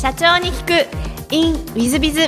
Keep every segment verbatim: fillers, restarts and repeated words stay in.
社長に聞く in ウィズビズ。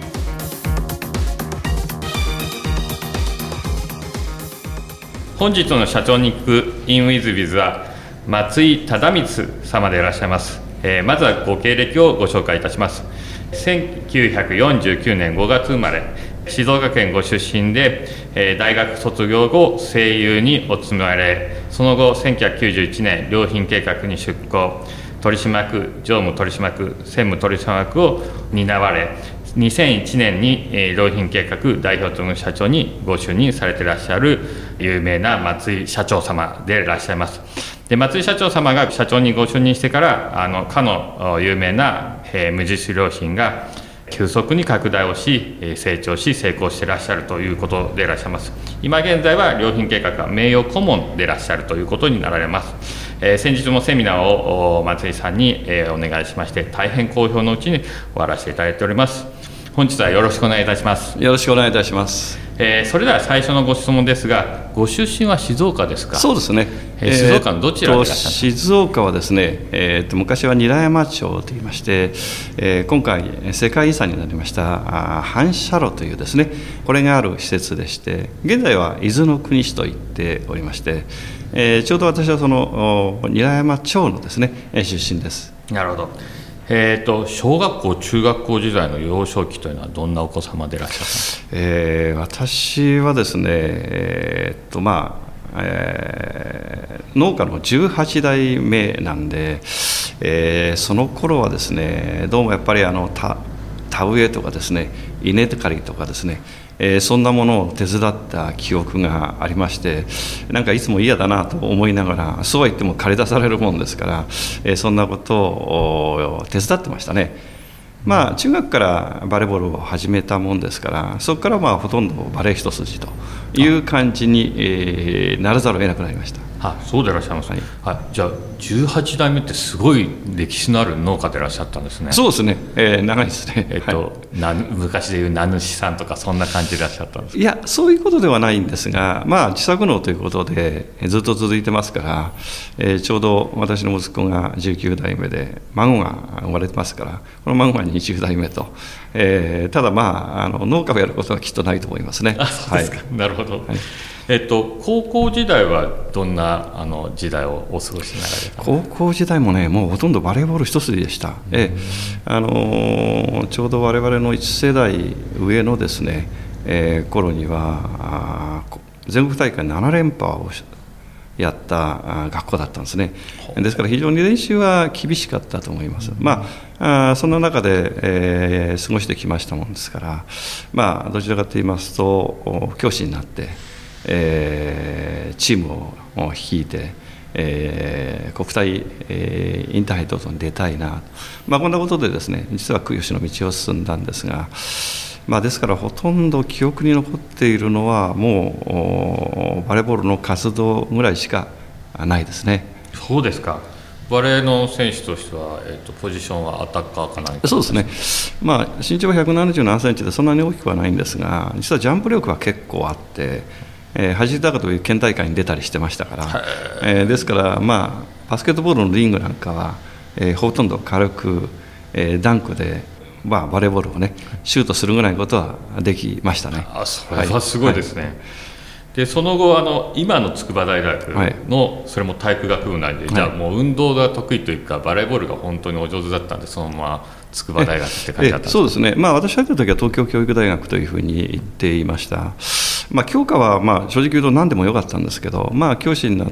本日の社長に聞く in ウィズビズは松井忠光様でいらっしゃいます。えー、まずはご経歴をご紹介いたします。せんきゅうひゃくよんじゅうきゅうねんごがつ生まれ、静岡県ご出身で、えー、大学卒業後声優にお勤められ、その後せんきゅうひゃくきゅうじゅういちねん良品計画に出向、取締役、常務取締役、専務取締役を担われ、にせんいちねんに、えー、良品計画代表取締社長にご就任されていらっしゃる有名な松井社長様でいらっしゃいます。で、松井社長様が社長にご就任してから、あのかの有名な、えー、無印良品が急速に拡大をし、成長し成功していらっしゃるということでいらっしゃいます。今現在は良品計画は名誉顧問でいらっしゃるということになられます。えー、先日もセミナーを松井さんに、えー、お願いしまして、大変好評のうちに終わらせていただいております。本日はよろしくお願いいたします。 よろしくお願いいたします。 えー、それでは最初のご質問ですが、ご出身は静岡ですか？ そうですね、 えー、静岡のどちらでいらっしゃるんですか？ 静岡はですね、えー、と昔は韮山町といいまして、えー、今回世界遺産になりました反射炉というですね、これがある施設でして、現在は伊豆の国市と言っておりまして、えー、ちょうど私はその韮山町のですね出身です。 なるほど。えー、と小学校中学校時代の幼少期というのはどんなお子様でいらっしゃったんですか？ えー、私はですね、えー、っとまあ、えー、農家のじゅうはちだいめなんで、えー、その頃はですね、どうもやっぱりあの田、田植えとかですね、稲刈りとかですね、えー、そんなものを手伝った記憶がありまして、なんかいつも嫌だなと思いながら、そうは言っても借り出されるもんですから、えー、そんなことを手伝ってましたね。まあ、中学からバレーボールを始めたもんですから、そこからまあほとんどバレー一筋という感じに、えー、ならざるを得なくなりました。 あ、そうでいらっしゃいます、はいはい、じゃあじゅうはちだいめってすごい歴史のある農家でいらっしゃったんですね。 そうですね、えー、長いですね、 えっとはい、な昔でいう名主さんとかそんな感じでいらっしゃったんですか？ いや、そういうことではないんですが、まあ、自作農ということでずっと続いてますから、えー、ちょうど私の息子がじゅうきゅうだいめで孫が生まれてますから、この孫がにじゅうだいめと、えー、ただまあ、あの農家をやることはきっとないと思いますね。 あ、そうですか、はい、なるほど、はい。えっと、高校時代はどんなあの時代をお過ごしになられた？ 高校時代もね、もうほとんどバレーボール一筋でした。ええ、あのー、ちょうど我々のいち世代上のですね、えー、頃には全国大会ななれんぱをやった学校だったんですね。ですから非常に練習は厳しかったと思います。まあ、あそんな中で、えー、過ごしてきましたもんですから、まあ、どちらかといいますと教師になって、えー、チームを率いて、えー、国体、えー、インターハイ等々に出たいな、まあ、こんなことでですね、実は教師の道を進んだんですが、まあ、ですからほとんど記憶に残っているのはもうバレーボールの活動ぐらいしかないですね。 そうですか。バレーの選手としては、えーと、ポジションはアタッカーか何か？ そうですね、まあ、身長はひゃくななじゅうななセンチでそんなに大きくはないんですが、実はジャンプ力は結構あって、えー、走り高という県大会に出たりしてましたから、えー、ですから、まあ、バスケットボールのリングなんかは、えー、ほとんど軽く、えー、ダンクで、まあ、バレーボールをねシュートするぐらいのことはできましたね。 あ、それはすごいですね。はいはい。でその後あの今の筑波大学の、はい、それも体育学部内で、はい、じゃあもう運動が得意というかバレーボールが本当にお上手だったんで、そのまま筑波大学って感じだったんですか？ そうですね、まあ、私が入った時は東京教育大学というふうに言っていました。まあ、教科はまあ正直言うと何でもよかったんですけど、まあ、教師になって、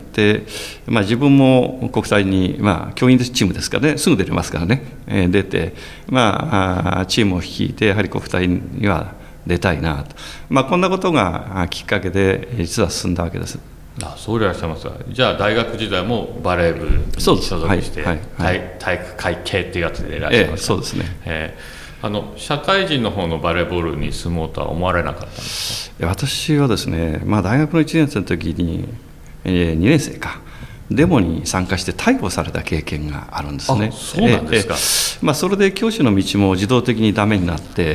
まあ、自分も国体に、まあ、教員チームですからね、すぐ出れますからね、えー、出て、まあ、チームを率いてやはり国体には出たいなと、まあ、こんなことがきっかけで実は進んだわけです。 あ、そうでいらっしゃいますが、じゃあ大学時代もバレー部に所属して、はいはいはい、体育会系っていうやつでいらっしゃいますか？ええ、 そうですね、えーあの社会人の方のバレーボールに進もうとは思われなかったんですか？ 私はですね、まあ、大学のいちねん生の時に、えー、にねん生かデモに参加して逮捕された経験があるんですね。 あ、そうなんですか。 えーえーまあ、それで教師の道も自動的にダメになって、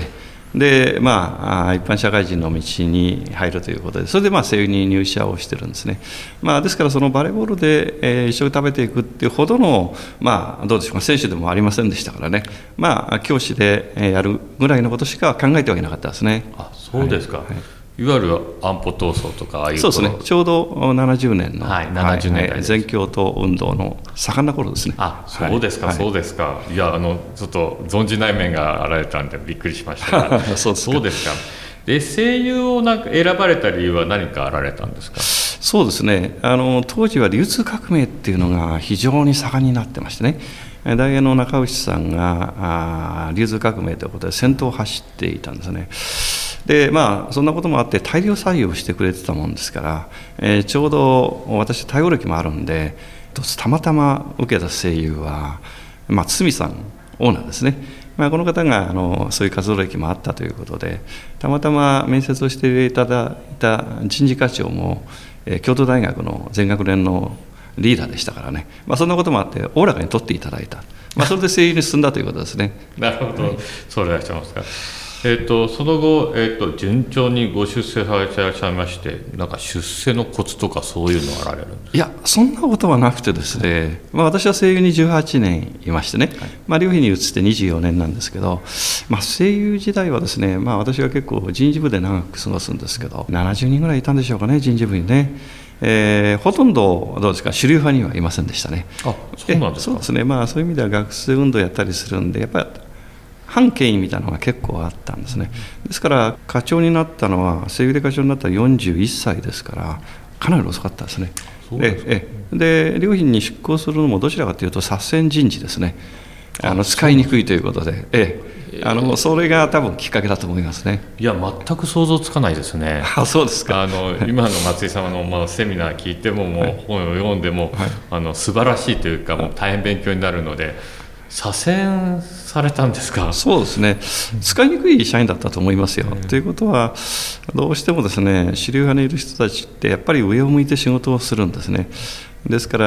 で、まあ、一般社会人の道に入るということで、それでまあ声優に入社をしてるんですね。まあ、ですからそのバレーボールで、えー、一緒に食べていくっていうほどの、まあ、どうでしょうか、選手でもありませんでしたからね、まあ、教師でやるぐらいのことしか考えてはいなかったですね。 あ、そうですか。はい、はい、いわゆる安保闘争とかああいうそうですね、ちょうどななじゅうねんの、 はい、ななじゅうねんだいです、 全共闘運動の盛んな頃ですね。 あ、そうですか、はい、そうですか。いや、あのちょっと存じない面があられたんでびっくりしましたがそうですか。 そうですか。で、声優をなんか選ばれた理由は何かあられたんですか。 そうですね、あの当時は流通革命っていうのが非常に盛んになってましてね、大英の中内さんが流通革命ということで先頭を走っていたんですね。で、まあ、そんなこともあって大量採用してくれてたもんですから、えー、ちょうど私対応歴もあるんで、たまたま受けた声優は、まあ、堤さんオーナーですね。まあ、この方があのそういう活動歴もあったということで、たまたま面接をしていただいた人事課長も、えー、京都大学の全学連のリーダーでしたからね、まあ、そんなこともあっておおらかに取っていただいた、まあ、それで声優に進んだということですね。 なるほど、はい、そうでいらっしゃいますか。えー、とその後、えー、と順調にご出世されていらっしゃいまして、なんか出世のコツとかそういうのはあられるんですか。 いや、そんなことはなくてですね、まあ、私は声優にじゅうはちねんいましてね、はい、まあ、両妃に移ってにじゅうよねんなんですけど、まあ、声優時代はですね、まあ、私は結構人事部で長く過ごすんですけど、ななじゅうにんぐらいいたんでしょうかね、人事部にね。えー、ほとんどどうですか、主流派にはいませんでしたね。 あ、そうなんですか。 そうですね、まあ、そういう意味では学生運動やったりするんで、やっぱり反権威みたいなのが結構あったんですね。ですから課長になったのは、声優で課長になったらよんじゅういっさいですから、かなり遅かったですね。 そうですか。 ええで、両妃に出向するのもどちらかというと左遷人事ですね。あの使いにくいということで、ええ、あのそれが多分きっかけだと思いますね。 いや、全く想像つかないですね。 あ、そうですか。 あの今の松井様の、まあ、セミナー聞いても、もう、はい、本を読んでも、はい、あの素晴らしいというか、もう大変勉強になるので、左遷されたんですか。 そうですね、使いにくい社員だったと思いますよ。ということは、どうしてもですね、主流派にいる人たちってやっぱり上を向いて仕事をするんですね。ですから、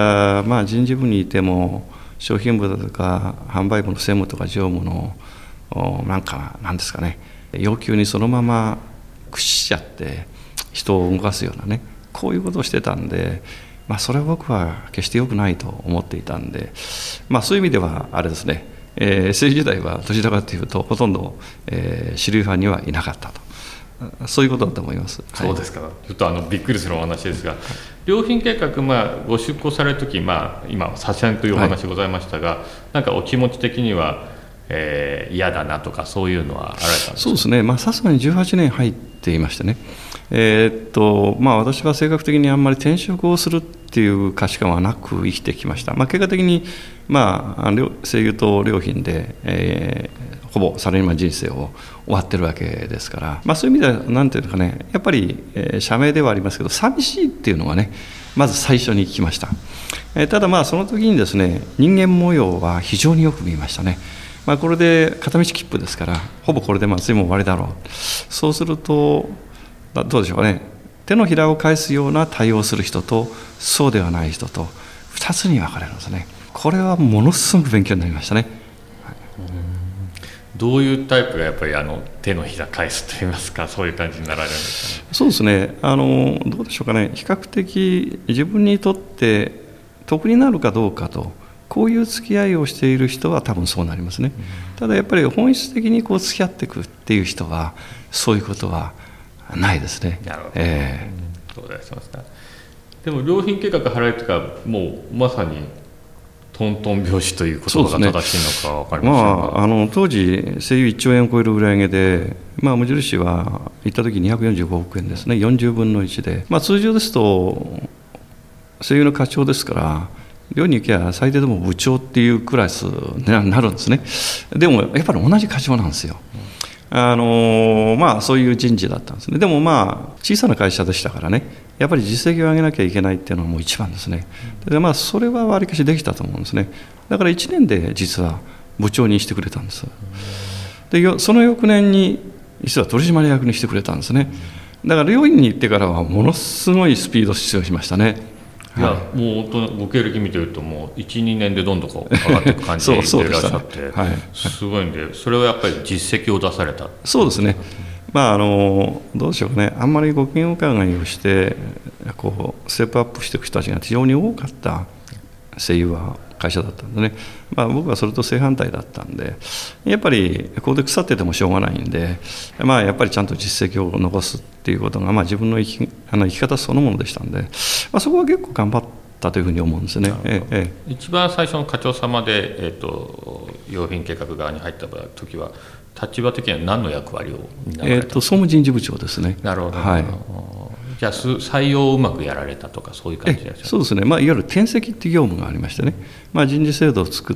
まあ、人事部にいても商品部だとか販売部の専務とか常務のなんかなんですかね、要求にそのまま屈しちゃって人を動かすようなね、こういうことをしてたんで、まあ、それは僕は決して良くないと思っていたんで、まあ、そういう意味ではあれですね、えー、政治時代はどちらかというとほとんど、えー、主流派にはいなかったと、そういうことだと思います。 そうですか。ちょっとあのびっくりするお話ですが、良品計画、まあ、ご出向されるとき、まあ、今左遷というお話ございましたが、はい、なんかお気持ち的には、えー、嫌だなとかそういうのはあられたんですか。 そうですね、まあ、さすがにじゅうはちねん入っていましてね、えーっとまあ、私は性格的にあんまり転職をするっていう価値観はなく生きてきました。まあ、結果的に、まあ、声優と良品で、えー、ほぼサラリーマン人生を終わってるわけですから、まあ、そういう意味ではなんていうかね、やっぱり、えー、社名ではありますけど寂しいっていうのがね、まず最初に聞きました。えー、ただまあその時にですね、人間模様は非常によく見ましたね。まあ、これで片道切符ですから、ほぼこれで松井も終わりだろう。そうするとどうでしょうかね、手のひらを返すような対応をする人とそうではない人とふたつに分かれるんですね。これはものすごく勉強になりましたね。はい、 うん、どういうタイプがやっぱりあの手のひら返すといいますか、そういう感じになられるんですかね。 そうですね、あのどうでしょうかね、比較的自分にとって得になるかどうかと、こういう付き合いをしている人は多分そうなりますね。うん、ただやっぱり本質的にこう付き合っていくっていう人はそういうことはないですね。 なるほど、 えー、そうですか。でも良品計画貼られてからもうまさにトントン拍子という言葉が正しいのか分かりませんが、 まあ、あの当時声優いっちょうえんを超える売り上げで、まあ、無印は行った時にひゃくよんじゅうごおくえんですね、よんじゅうぶんのいちで、まあ、通常ですと声優の課長ですから寮に行けば最低でも部長っていうクラスになるんですね。でもやっぱり同じ課長なんですよ。あのまあ、そういう人事だったんですね。でもまあ小さな会社でしたからね、やっぱり実績を上げなきゃいけないっていうのはもう一番ですね。で、まあ、それはわりかしできたと思うんですね。だからいちねんで実は部長にしてくれたんです。でその翌年に実は取締役にしてくれたんですね。だから寮に行ってからはものすごいスピード出世しましたね。 いや、もう本当にご経歴見てるともういち、にねんでどんどんこう上がっていく感じでいらっしゃって、はい、すごいんで、それはやっぱり実績を出された。 そうですね。まあ、あのどうでしょうね、あんまりご機嫌伺いをしてこうステップアップしていく人たちが非常に多かった声優は会社だったんでね、まあ、僕はそれと正反対だったんで、やっぱりここで腐っててもしょうがないんで、まあ、やっぱりちゃんと実績を残すっていうことが、まあ、自分の生き、あの生き方そのものでしたんで、まあ、そこは結構頑張ったというふうに思うんですね。ええ、 一番最初の課長様で、えーと、用品計画側に入った時は立場的には何の役割を担われたんですか？ えーと、総務人事部長ですね。 なるほど、 はい、 じゃあ採用をうまくやられたとかそういう感じですか？ そうですね、まあ、いわゆる転籍っていう業務がありましてね、まあ、人事制度を作って、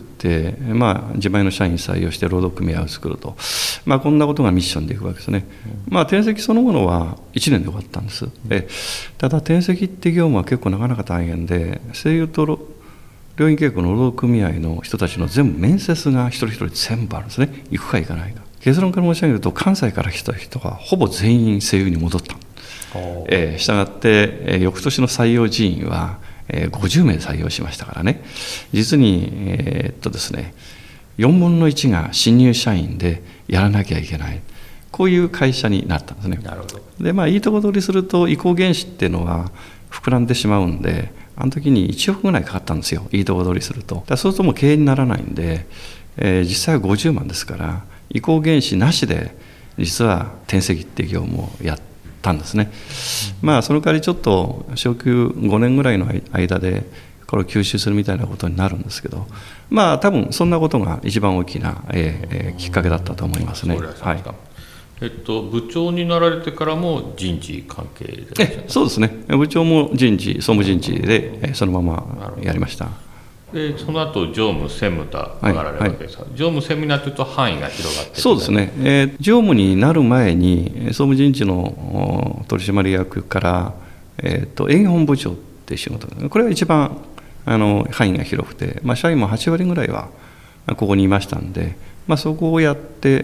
まあ、自前の社員採用して労働組合を作ると、まあ、こんなことがミッションでいくわけですね。うん、まあ、転籍そのものはいちねんで終わったんです。うん、えただ転籍っていう業務は結構なかなか大変で、声優と両院計画の労働組合の人たちの全部面接が一人一人全部あるんですね。行くか行かないか。結論から申し上げると、関西から来た人がほぼ全員声優に戻った。えー、したがって、えー、翌年の採用人員は、えー、ごじゅうめい採用しましたからね、実に、えー、っとですね、よんぶんのいちが新入社員でやらなきゃいけない、こういう会社になったんですね。 なるほど。 で、まあ、いいとこ取りすると移行原資っていうのは膨らんでしまうんで、あの時にいちおくぐらいかかったんですよ、いいとこ取りすると。だそうするともう経営にならないんで、えー、実際はごじゅうまんですから、移行原資なしで実は転籍っていう業務をやってたんですね。まあ、その代わりちょっと昇給ごねんぐらいの間でこれを吸収するみたいなことになるんですけど、まあ多分そんなことが一番大きな、えー、きっかけだったと思いますね。はい、 えっと、部長になられてからも人事関係でえそうですね、部長も人事、総務人事でそのままやりました。 でその後常務専務と上がられるわけですが、はいはい、常務専務になっていると範囲が広がって、 そうですね、えー、常務になる前に総務人事の取締役から、えー、と営業本部長っていう仕事、これが一番あの範囲が広くて、まあ、社員もはちわりぐらいはここにいましたんで、まあ、そこをやって、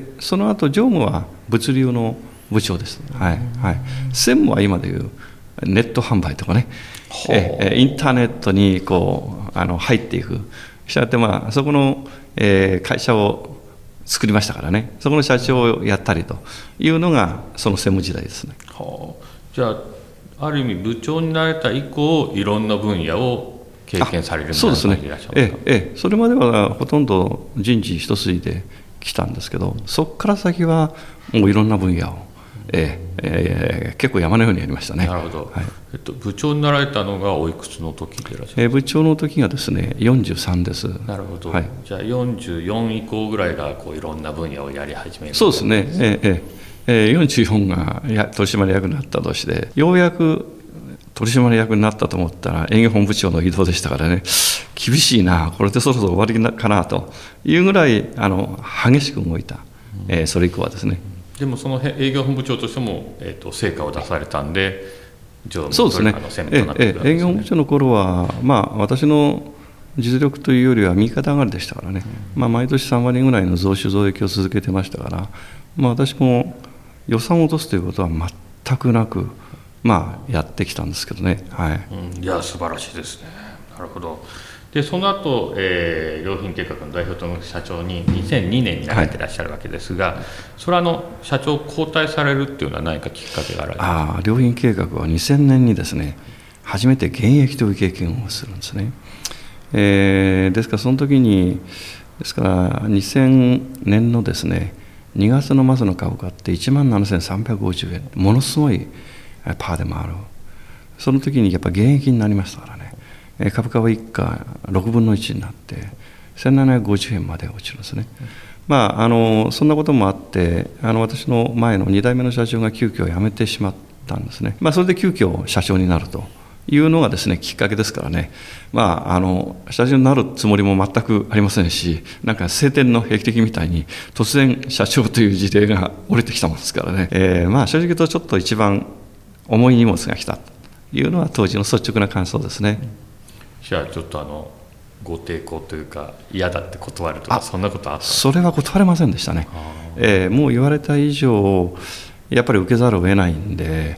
その後常務は物流の部長です、はいはい、専務は今でいうネット販売とかね、えインターネットにこうあの入っていく、したがって、まあ、そこの、えー、会社を作りましたからね、そこの社長をやったりというのがその専務時代ですね。 はあ、じゃあある意味部長になれた以降いろんな分野を経験されるような感じでいらっしゃるんですか？ ええええ、それまではほとんど人事一筋で来たんですけど、そこから先はもういろんな分野をえーえー、結構山のようにやりましたね。 なるほど、はい、えっと、部長になられたのがおいくつの時でいらっしゃるんですか？ えー、部長の時がですねよんじゅうさんです。 なるほど、 はい、 じゃあよんじゅうよん以降ぐらいがこういろんな分野をやり始める。 そうですね、えーえー、よんじゅうよんがや取締役になった年で、ようやく取締役になったと思ったら営業本部長の異動でしたからね、厳しいな、これでそろそろ終わりかなというぐらいあの激しく動いた、えー、それ以降はですね。 でもその営業本部長としても、えー、と成果を出されたんで、常務そうですね、ええ、営業本部長の頃は、まあ、私の実力というよりは右肩上がりでしたからね、うん、まあ、毎年さんわりぐらいの増収増益を続けてましたから、まあ、私も予算を落とすということは全くなく、まあ、やってきたんですけどね。はい、 うん、いや素晴らしいですね。なるほど。でその後、えー、良品計画の代表と社長ににせんにねんになられていらっしゃるわけですが、はい、それはあの社長交代されるっていうのは何かきっかけがあられますか？ ああ、良品計画はにせんねんにですね初めて現役という経験をするんですね。えー、ですからその時にですからにせんねんのですねにがつの末の株価っていちまんななせんさんびゃくごじゅうえん、ものすごいパーで回る。その時にやっぱ現役になりましたからね、株価は一家ろくぶんのいちになってせんななひゃくごじゅうえんまで落ちるんですね。まあ、あのそんなこともあって、あの私の前のにだいめの社長が急遽辞めてしまったんですね。まあ、それで急遽社長になるというのがですねきっかけですからね、まあ、あの社長になるつもりも全くありませんし、なんか晴天の霹靂みたいに突然社長という事例が降りてきたものですからね、えー、まあ正直言うとちょっと一番重い荷物が来たというのは当時の率直な感想ですね。 じゃあちょっとあのご抵抗というか嫌だって断るとかそんなことあった？ それは断れませんでしたね。えー、もう言われた以上やっぱり受けざるを得ないんで、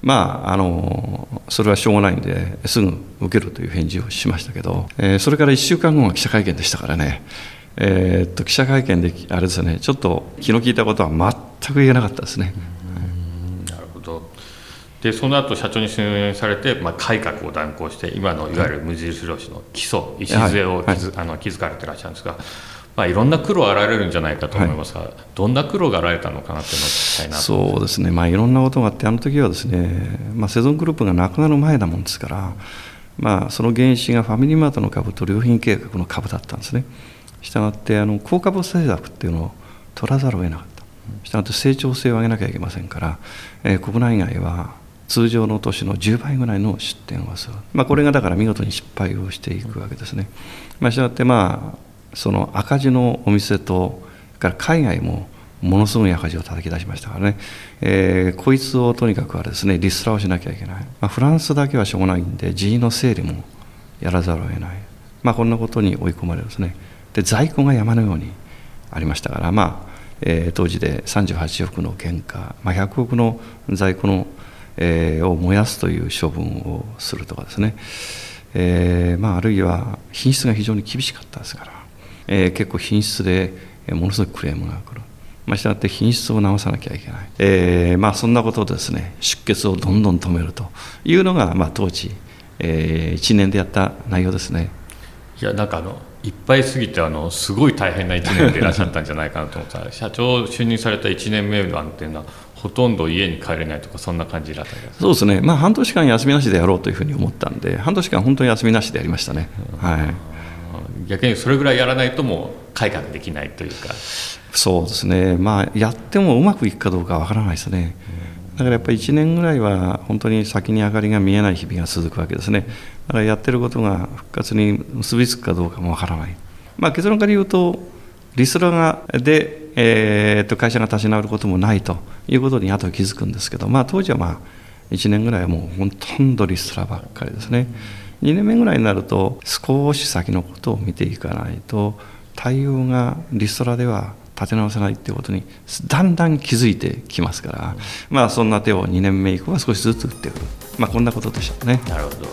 まああのそれはしょうがないんですぐ受けるという返事をしましたけど、えー、それからいっしゅうかんごが記者会見でしたからね、えー、っと記者会見であれですね、ちょっと気の利いたことは全く言えなかったですね。 うん、なるほど。でその後社長に就任されて、まあ、改革を断行して今のいわゆる無印良品の基礎礎を築、はいはい、あの築かれていらっしゃるんですが、まあ、いろんな苦労があられるんじゃないかと思いますが、はい、どんな苦労があられたのかなというのを聞きたいなと。 そうですね、まあ、いろんなことがあって、あの時はですね、まあ、セゾングループがなくなる前なもんですから、まあ、その原資がファミリーマートの株と良品計画の株だったんですね。したがってあの高株政策っていうのを取らざるを得なかった。したがって成長性を上げなきゃいけませんから、えー、国内外は通常の年のじゅうばいぐらいの出店をする、まあ、これがだから見事に失敗をしていくわけですね。まあ、したがってまあその赤字のお店とから海外もものすごい赤字を叩き出しましたからね、えー、こいつをとにかくはですねリストラをしなきゃいけない、まあ、フランスだけはしょうがないんで人員の整理もやらざるを得ない、まあ、こんなことに追い込まれるんですね。で在庫が山のようにありましたから、まあえー、当時でさんじゅうはちおくの原価、まあ、ひゃくおくの在庫の、えー、を燃やすという処分をするとかですね、えーまあ、あるいは品質が非常に厳しかったですから、えー、結構品質でものすごいクレームが来る。まあ、したがって品質を直さなきゃいけない、えーまあ、そんなことでですね出血をどんどん止めるというのが、まあ、当時、えー、いちねんでやった内容ですね。 いやなんかあのいっぱいすぎてあのすごい大変ないちねんでいらっしゃったんじゃないかなと思ったら社長就任されたいちねんめなんていうのはほとんど家に帰れないとかそんな感じだったんですか。 そうですね、まあ、半年間休みなしでやろうというふうに思ったんで半年間本当に休みなしでやりましたね、うん、はい。 逆にそれぐらいやらないともう改革できないというか。 そうですね、まあ、やってもうまくいくかどうかわからないですね。だからやっぱりいちねんぐらいは本当に先に明かりが見えない日々が続くわけですね。だからやってることが復活に結びつくかどうかもわからない、まあ、結論から言うとリストラがで、えー、と会社が立ち直ることもないということに後で気づくんですけど、まあ、当時はまあいちねんぐらいはもうほとんどリストラばっかりですね。にねんめぐらいになると少し先のことを見ていかないと対応がリストラでは立て直せないということにだんだん気づいてきますから、まあ、そんな手をにねんめ以降は少しずつ打ってくる、まあ、こんなことでしたね。 なるほど。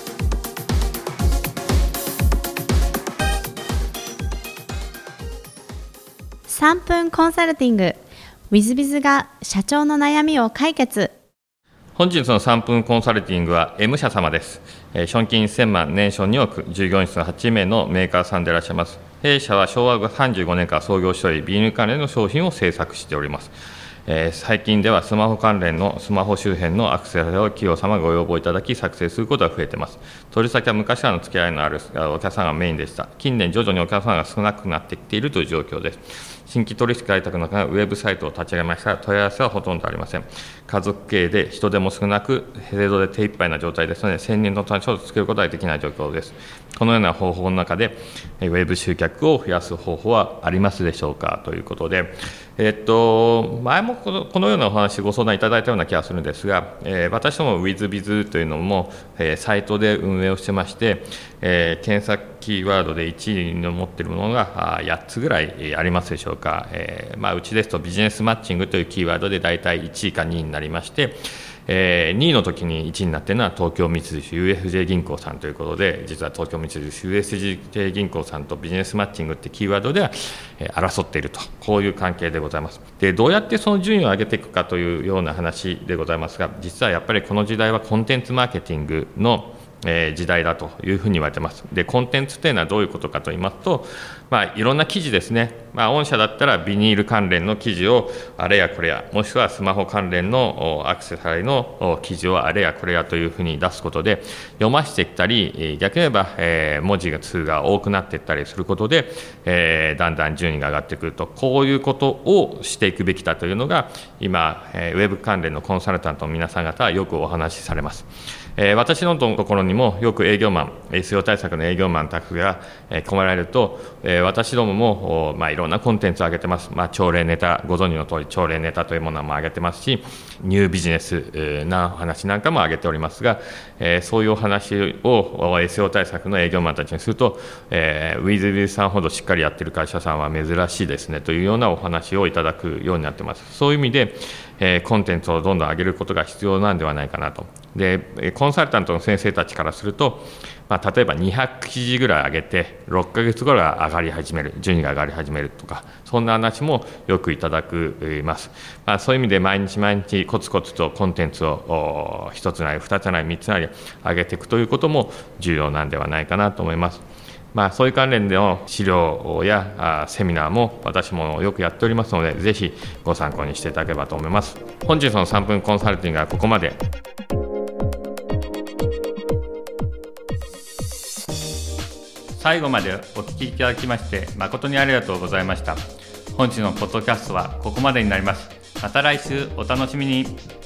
さんぷんコンサルティング ウィズビズ が社長の悩みを解決。 本日のさんぷんコンサルティングは M 社様です。資本金せんまん、年商におく、従業員数はちめいのメーカーさんでいらっしゃいます。弊社はしょうわさんじゅうごねんから創業しており、ビニール関連の商品を製作しております。えー、最近ではスマホ関連のスマホ周辺のアクセサリーを企業様ご要望いただき作成することが増えています。取り先は昔からの付き合いのあるお客さんがメインでした。近年徐々にお客さんが少なくなってきているという状況です。新規取引開拓のためウェブサイトを立ち上げましたが、問い合わせはほとんどありません。家族経営で人手も少なく、制度で手一杯な状態ですので、専任の単調を作ることはできない状況です。このような方法の中で、ウェブ集客を増やす方法はありますでしょうかということで、えっと、前もこの、このようなお話ご相談いただいたような気がするんですが、えー、私ども ウィズビズ というのも、えー、サイトで運営をしてまして、えー、検索キーワードでいちいの持っているものがやっつぐらいありますでしょうか。えーまあ、うちですとビジネスマッチングというキーワードで大体いちいかにいになりまして、えー、にいの時にいちいになっているのは東京三菱 ユーエフジェー 銀行さんということで、実は東京三菱 ユーエフジェー 銀行さんとビジネスマッチングってキーワードでは、えー、争っていると、こういう関係でございます。で、どうやってその順位を上げていくかというような話でございますが、実はやっぱりこの時代はコンテンツマーケティングの時代だというふうに言われています。で、コンテンツというのはどういうことかといいますと、まあ、いろんな記事ですね、まあ、御社だったらビニール関連の記事をあれやこれや、もしくはスマホ関連のアクセサリーの記事をあれやこれやというふうに出すことで読ませていったり、逆に言えば、えー、文字が数が多くなっていったりすることで、えー、だんだん順位が上がってくると、こういうことをしていくべきだというのが今、えー、ウェブ関連のコンサルタントの皆さん方はよくお話しされます。えー、私のところにもよく営業マン、エスイーオー 対策の営業マン宅が込められると、えー、私どもも、まあ、いろんなコンテンツを上げてます。まあ、朝礼ネタ、ご存知の通り朝礼ネタというものも上げてますし、ニュービジネスな話なんかも上げておりますが、えー、そういうお話を エスイーオー 対策の営業マンたちにすると、えー、ウィズビズさんほどしっかりやっている会社さんは珍しいですねというようなお話をいただくようになっています。そういう意味で、 えー、コンテンツをどんどん上げることが必要なんではないかなと。でコンサルタントの先生たちからすると、まあ、例えばにひゃく記事ぐらい上げてろっかげつごが上がり始める、順位が上がり始めるとか、そんな話もよくいただくます。まあ、そういう意味で毎日毎日コツコツとコンテンツをひとつなりふたつなりみっつなり上げていくということも重要なんではないかなと思います。まあ、そういう関連での資料やセミナーも私もよくやっておりますので、ぜひご参考にしていただければと思います。本日のさんぷんコンサルティングはここまで。最後までお聞きいただきまして誠にありがとうございました。本日のポッドキャストはここまでになります。また来週お楽しみに。